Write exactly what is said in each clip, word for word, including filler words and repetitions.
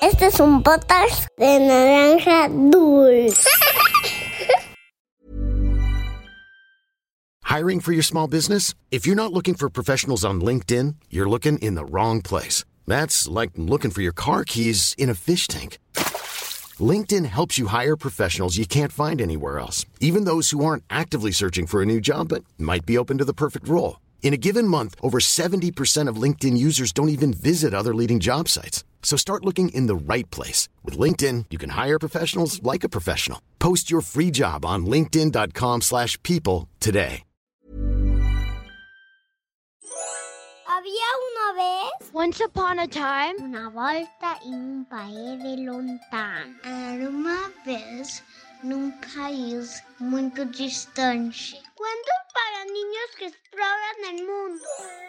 Este es un podcast de Naranja Dulce. Hiring for your small business? If you're not looking for professionals on LinkedIn, you're looking in the wrong place. That's like looking for your car keys in a fish tank. LinkedIn helps you hire professionals you can't find anywhere else, even those who aren't actively searching for a new job but might be open to the perfect role. In a given month, over seventy percent of LinkedIn users don't even visit other leading job sites. So start looking in the right place. With LinkedIn, you can hire professionals like a professional. Post your free job on linkedin.com slash people today. Había una vez, Once upon a time, una volta en un país de lontano. Era uma vez num país muito distante. Cuentos para niños que exploran el mundo.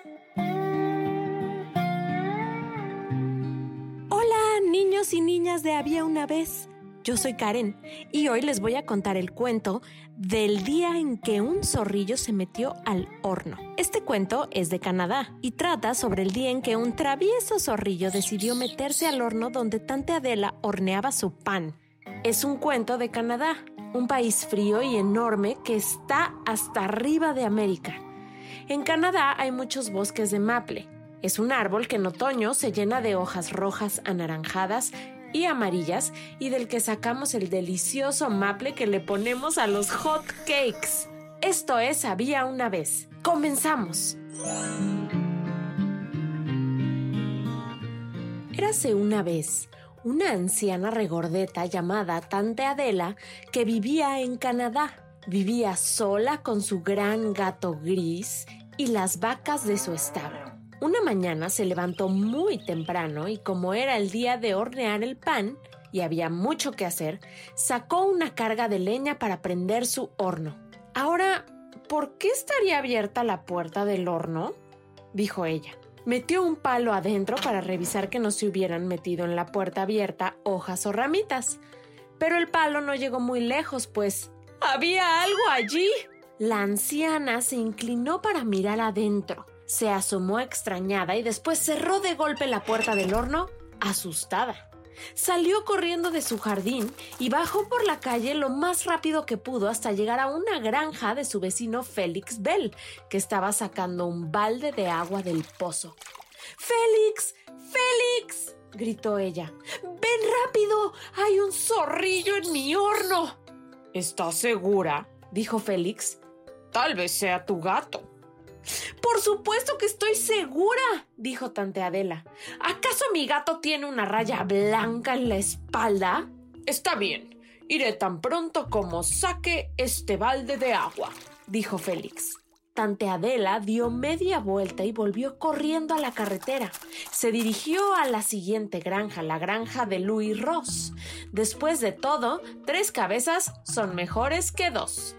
Hola, niños y niñas de Había una vez. Yo soy Karen y hoy les voy a contar el cuento del día en que un zorrillo se metió al horno. Este cuento es de Canadá y trata sobre el día en que un travieso zorrillo decidió meterse al horno donde tante Adela horneaba su pan. Es un cuento de Canadá, un país frío y enorme que está hasta arriba de América. En Canadá hay muchos bosques de maple. Es un árbol que en otoño se llena de hojas rojas, anaranjadas y amarillas y del que sacamos el delicioso maple que le ponemos a los hot cakes. Esto es Había una vez. ¡Comenzamos! Érase una vez una anciana regordeta llamada Tante Adela que vivía en Canadá. Vivía sola con su gran gato gris y las vacas de su establo. Una mañana se levantó muy temprano y como era el día de hornear el pan y había mucho que hacer, sacó una carga de leña para prender su horno. Ahora, ¿por qué estaría abierta la puerta del horno?, dijo ella. Metió un palo adentro para revisar que no se hubieran metido en la puerta abierta hojas o ramitas. Pero el palo no llegó muy lejos, pues había algo allí. La anciana se inclinó para mirar adentro. Se asomó extrañada y después cerró de golpe la puerta del horno, asustada. Salió corriendo de su jardín y bajó por la calle lo más rápido que pudo hasta llegar a una granja de su vecino Félix Bell, que estaba sacando un balde de agua del pozo. ¡Félix! ¡Félix!, gritó ella. ¡Ven rápido! ¡Hay un zorrillo en mi horno! ¿Estás segura?, dijo Félix. Tal vez sea tu gato. Por supuesto que estoy segura, dijo Tante Adela. ¿Acaso mi gato tiene una raya blanca en la espalda? Está bien, iré tan pronto como saque este balde de agua, dijo Félix. Tante Adela dio media vuelta y volvió corriendo a la carretera. Se dirigió a la siguiente granja, la granja de Louis Ross. Después de todo, tres cabezas son mejores que dos.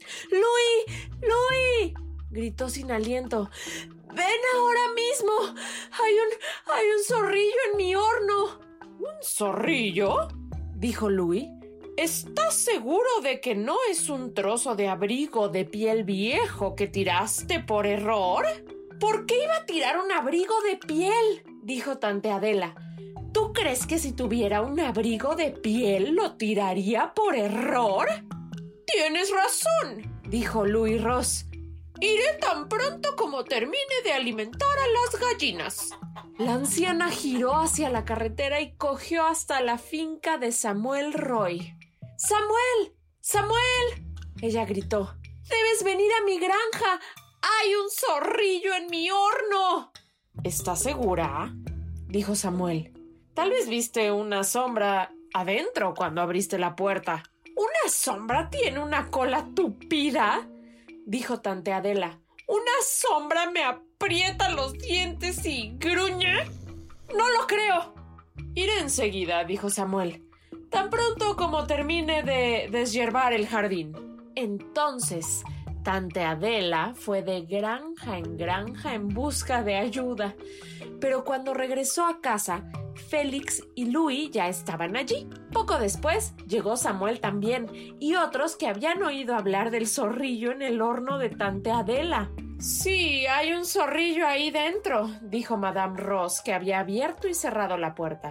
¡Louis! ¡Louis!, gritó sin aliento. ¡Ven ahora mismo! ¡Hay un, hay un zorrillo en mi horno! ¿Un zorrillo?, dijo Louis. ¿Estás seguro de que no es un trozo de abrigo de piel viejo que tiraste por error? ¿Por qué iba a tirar un abrigo de piel?, dijo Tante Adela. ¿Tú crees que si tuviera un abrigo de piel lo tiraría por error? Tienes razón, dijo Louis Ross. Iré tan pronto como termine de alimentar a las gallinas. La anciana giró hacia la carretera y cogió hasta la finca de Samuel Roy. ¡Samuel! ¡Samuel!, ella gritó. ¡Debes venir a mi granja! ¡Hay un zorrillo en mi horno! ¿Estás segura?, dijo Samuel. Tal vez viste una sombra adentro cuando abriste la puerta. ¿Una sombra tiene una cola tupida?, dijo Tante Adela. ¿Una sombra me aprieta los dientes y gruñe? No lo creo. Iré enseguida, dijo Samuel. Tan pronto como termine de deshiervar el jardín. Entonces, Tante Adela fue de granja en granja en busca de ayuda. Pero cuando regresó a casa, Félix y Louis ya estaban allí. Poco después llegó Samuel también y otros que habían oído hablar del zorrillo en el horno de Tante Adela. Sí, hay un zorrillo ahí dentro, dijo Madame Ross, que había abierto y cerrado la puerta.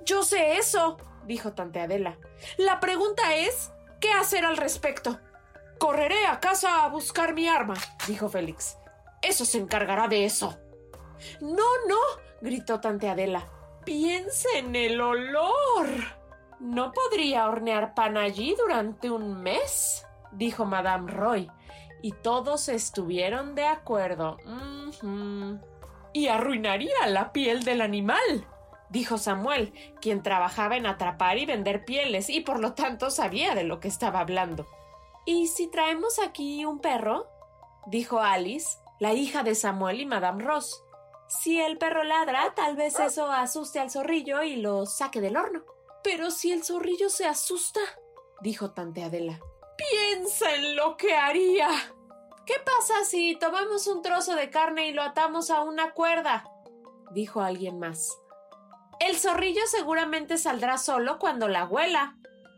Yo sé eso, dijo tante Adela. La pregunta es, ¿qué hacer al respecto? Correré a casa a buscar mi arma, dijo Félix. Eso se encargará de eso. No, no, gritó tante Adela. Piensa en el olor. ¿No podría hornear pan allí durante un mes?, dijo Madame Roy, y todos estuvieron de acuerdo. Mm-hmm. Y arruinaría la piel del animal, dijo Samuel, quien trabajaba en atrapar y vender pieles y por lo tanto sabía de lo que estaba hablando. ¿Y si traemos aquí un perro?, dijo Alice, la hija de Samuel y Madame Ross. Si el perro ladra, tal vez eso asuste al zorrillo y lo saque del horno. Pero si el zorrillo se asusta, dijo tante Adela. Piensa en lo que haría. ¿Qué pasa si tomamos un trozo de carne y lo atamos a una cuerda?, dijo alguien más. El zorrillo seguramente saldrá solo cuando la huela.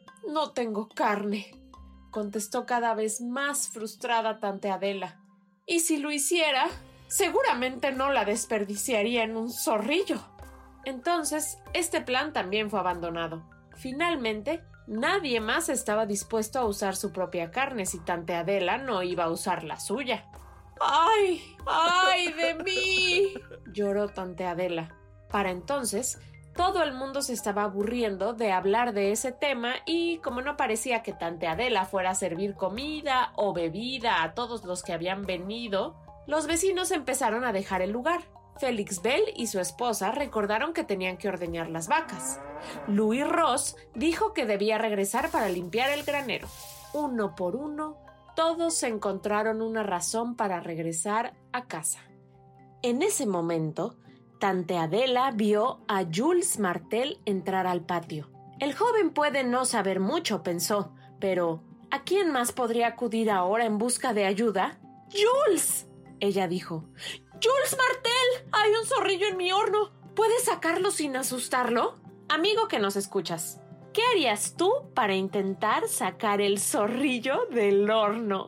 No tengo carne, contestó cada vez más frustrada tante Adela. Y si lo hiciera, seguramente no la desperdiciaría en un zorrillo. Entonces, este plan también fue abandonado. Finalmente, nadie más estaba dispuesto a usar su propia carne si tante Adela no iba a usar la suya. ¡Ay! ¡Ay de mí!, lloró tante Adela. Para entonces, todo el mundo se estaba aburriendo de hablar de ese tema y, como no parecía que tante Adela fuera a servir comida o bebida a todos los que habían venido, los vecinos empezaron a dejar el lugar. Félix Bell y su esposa recordaron que tenían que ordeñar las vacas. Louis Ross dijo que debía regresar para limpiar el granero. Uno por uno, todos encontraron una razón para regresar a casa. En ese momento, tante Adela vio a Jules Martel entrar al patio. El joven puede no saber mucho, pensó, pero ¿a quién más podría acudir ahora en busca de ayuda? ¡Jules!, ella dijo. ¡Jules Martel! ¡Hay un zorrillo en mi horno! ¿Puedes sacarlo sin asustarlo? Amigo que nos escuchas, ¿qué harías tú para intentar sacar el zorrillo del horno?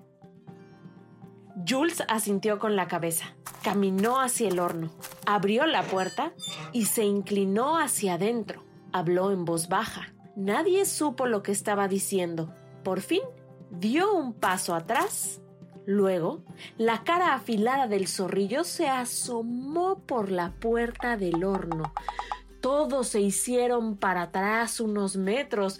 Jules asintió con la cabeza. Caminó hacia el horno, abrió la puerta y se inclinó hacia adentro. Habló en voz baja. Nadie supo lo que estaba diciendo. Por fin, dio un paso atrás. Luego, la cara afilada del zorrillo se asomó por la puerta del horno. Todos se hicieron para atrás unos metros.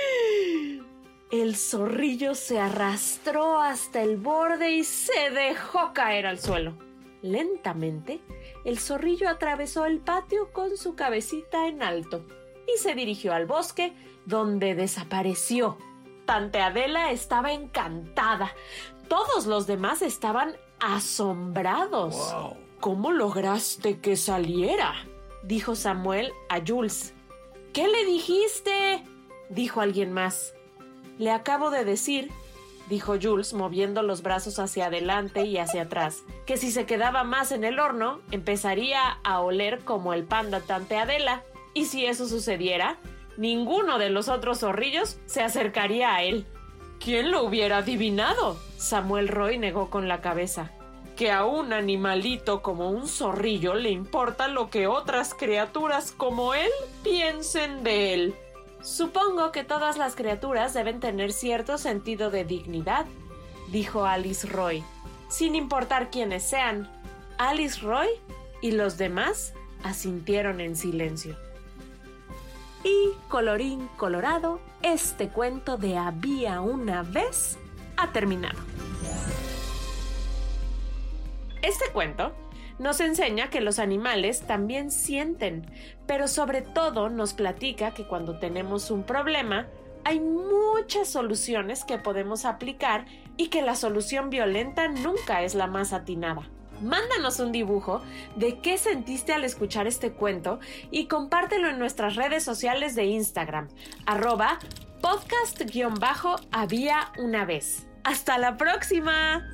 El zorrillo se arrastró hasta el borde y se dejó caer al suelo. Lentamente, el zorrillo atravesó el patio con su cabecita en alto y se dirigió al bosque, donde desapareció. Tante Adela estaba encantada. Todos los demás estaban asombrados. Wow. ¿Cómo lograste que saliera?, dijo Samuel a Jules. ¿Qué le dijiste?, dijo alguien más. Le acabo de decir, dijo Jules, moviendo los brazos hacia adelante y hacia atrás, que si se quedaba más en el horno, empezaría a oler como el panda tante Adela. Y si eso sucediera, ninguno de los otros zorrillos se acercaría a él. ¿Quién lo hubiera adivinado?, Samuel Roy negó con la cabeza. Que a un animalito como un zorrillo le importa lo que otras criaturas como él piensen de él. Supongo que todas las criaturas deben tener cierto sentido de dignidad, dijo Alice Roy, sin importar quiénes sean. Alice Roy y los demás asintieron en silencio. Y, colorín colorado, este cuento de Había una vez ha terminado. Este cuento nos enseña que los animales también sienten, pero sobre todo nos platica que cuando tenemos un problema, hay muchas soluciones que podemos aplicar y que la solución violenta nunca es la más atinada. Mándanos un dibujo de qué sentiste al escuchar este cuento y compártelo en nuestras redes sociales de Instagram, arroba podcast-había una vez. ¡Hasta la próxima!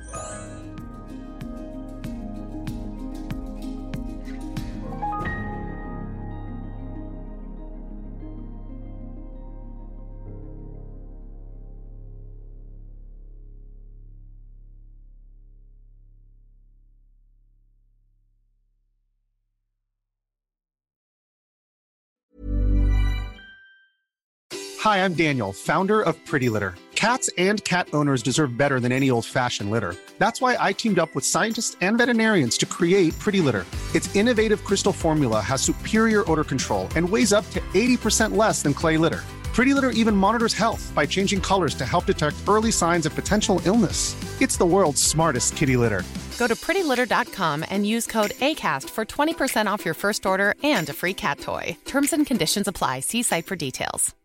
Hi, I'm Daniel, founder of Pretty Litter. Cats and cat owners deserve better than any old-fashioned litter. That's why I teamed up with scientists and veterinarians to create Pretty Litter. Its innovative crystal formula has superior odor control and weighs up to eighty percent less than clay litter. Pretty Litter even monitors health by changing colors to help detect early signs of potential illness. It's the world's smartest kitty litter. Go to pretty litter dot com and use code ACAST for twenty percent off your first order and a free cat toy. Terms and conditions apply. See site for details.